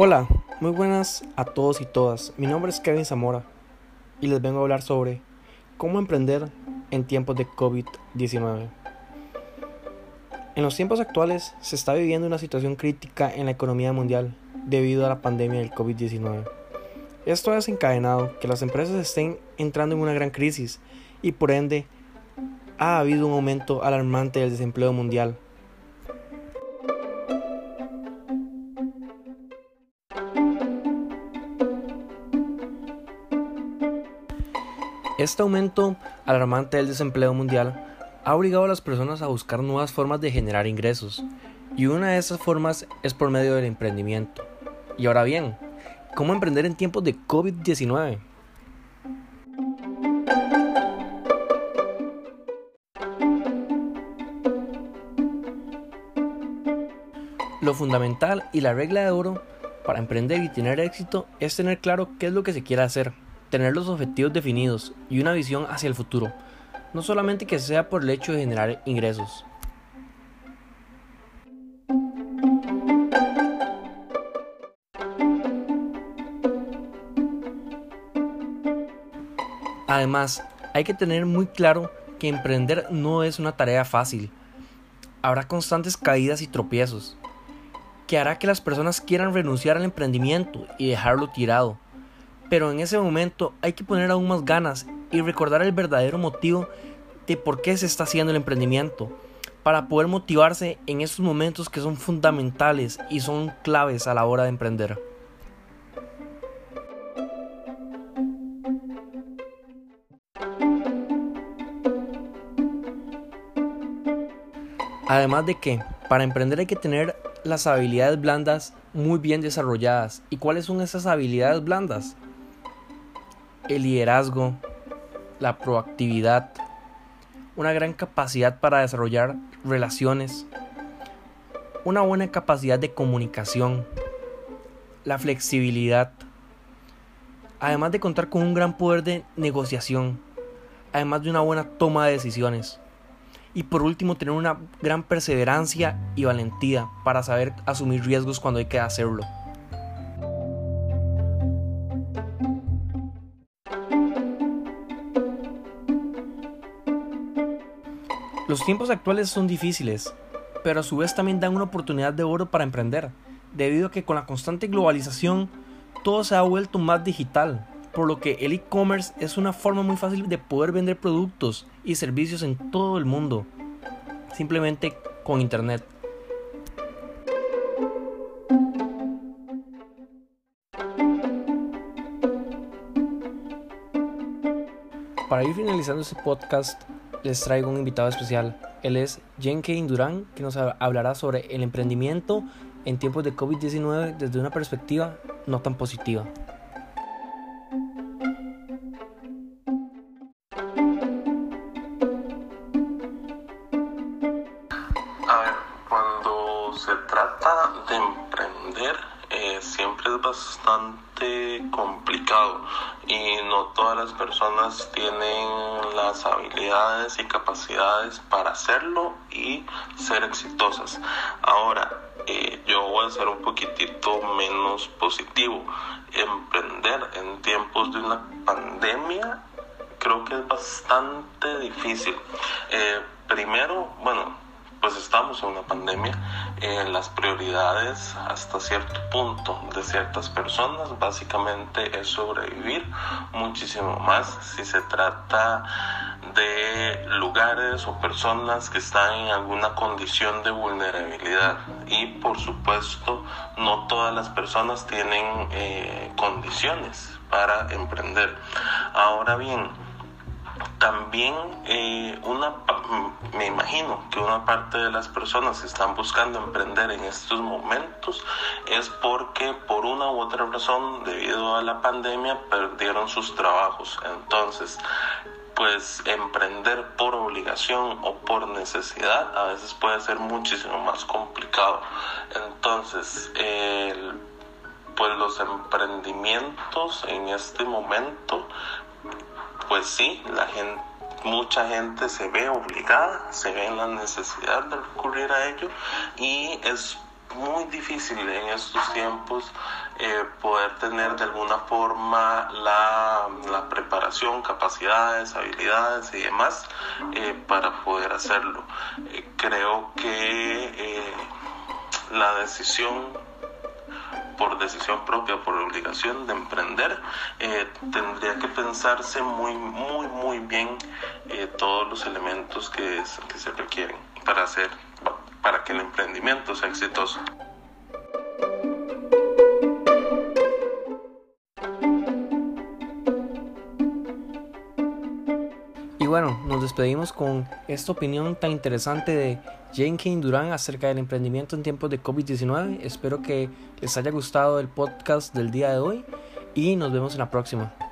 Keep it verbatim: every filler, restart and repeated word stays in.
Hola, muy buenas a todos y todas. Mi nombre es Kevin Zamora y les vengo a hablar sobre cómo emprender en tiempos de covid diecinueve. En los tiempos actuales se está viviendo una situación crítica en la economía mundial debido a la pandemia del covid diecinueve. Esto ha desencadenado que las empresas estén entrando en una gran crisis y por ende ha habido un aumento alarmante del desempleo mundial. Este aumento alarmante del desempleo mundial ha obligado a las personas a buscar nuevas formas de generar ingresos, y una de esas formas es por medio del emprendimiento. Y ahora bien, ¿cómo emprender en tiempos de covid diecinueve? Lo fundamental y la regla de oro para emprender y tener éxito es tener claro qué es lo que se quiere hacer, tener los objetivos definidos y una visión hacia el futuro, no solamente que sea por el hecho de generar ingresos. Además, hay que tener muy claro que emprender no es una tarea fácil. Habrá constantes caídas y tropiezos, que hará que las personas quieran renunciar al emprendimiento y dejarlo tirado. Pero en ese momento hay que poner aún más ganas y recordar el verdadero motivo de por qué se está haciendo el emprendimiento, para poder motivarse en estos momentos que son fundamentales y son claves a la hora de emprender. Además de que, para emprender hay que tener las habilidades blandas muy bien desarrolladas. ¿Y cuáles son esas habilidades blandas? El liderazgo, la proactividad, una gran capacidad para desarrollar relaciones, una buena capacidad de comunicación, la flexibilidad, además de contar con un gran poder de negociación, además de una buena toma de decisiones. Y por último, tener una gran perseverancia y valentía para saber asumir riesgos cuando hay que hacerlo. Los tiempos actuales son difíciles, pero a su vez también dan una oportunidad de oro para emprender, debido a que con la constante globalización todo se ha vuelto más digital, por lo que el e-commerce es una forma muy fácil de poder vender productos y servicios en todo el mundo, simplemente con internet. Para ir finalizando este podcast, les traigo un invitado especial. Él es Jenkins Durán, que nos hablará sobre el emprendimiento en tiempos de covid diecinueve desde una perspectiva no tan positiva. A ver, cuando se trata de emprender, eh, siempre es bastante complicado y no todas las personas tienen las habilidades y capacidades para hacerlo y ser exitosas. Ahora, eh, yo voy a ser un poquitito menos positivo. Emprender en tiempos de una pandemia creo que es bastante difícil. Eh, primero, bueno, pues estamos en una pandemia, eh, las prioridades hasta cierto punto de ciertas personas básicamente es sobrevivir, muchísimo más si se trata de lugares o personas que están en alguna condición de vulnerabilidad, y por supuesto no todas las personas tienen eh, condiciones para emprender. Ahora bien, también eh, una, me imagino que una parte de las personas que están buscando emprender en estos momentos es porque por una u otra razón, debido a la pandemia, perdieron sus trabajos. Entonces, pues emprender por obligación o por necesidad a veces puede ser muchísimo más complicado. Entonces, el, pues los emprendimientos en este momento, pues sí, la gente, mucha gente se ve obligada, se ve en la necesidad de recurrir a ello, y es muy difícil en estos tiempos eh, poder tener de alguna forma la, la preparación, capacidades, habilidades y demás eh, para poder hacerlo. Eh, creo que eh, la decisión por decisión propia, por obligación de emprender, eh, tendría que pensarse muy, muy, muy bien eh, todos los elementos que, que se requieren para hacer, para que el emprendimiento sea exitoso. Y bueno, nos despedimos con esta opinión tan interesante de Jenkins Durán acerca del emprendimiento en tiempos de covid diecinueve. Espero que les haya gustado el podcast del día de hoy y nos vemos en la próxima.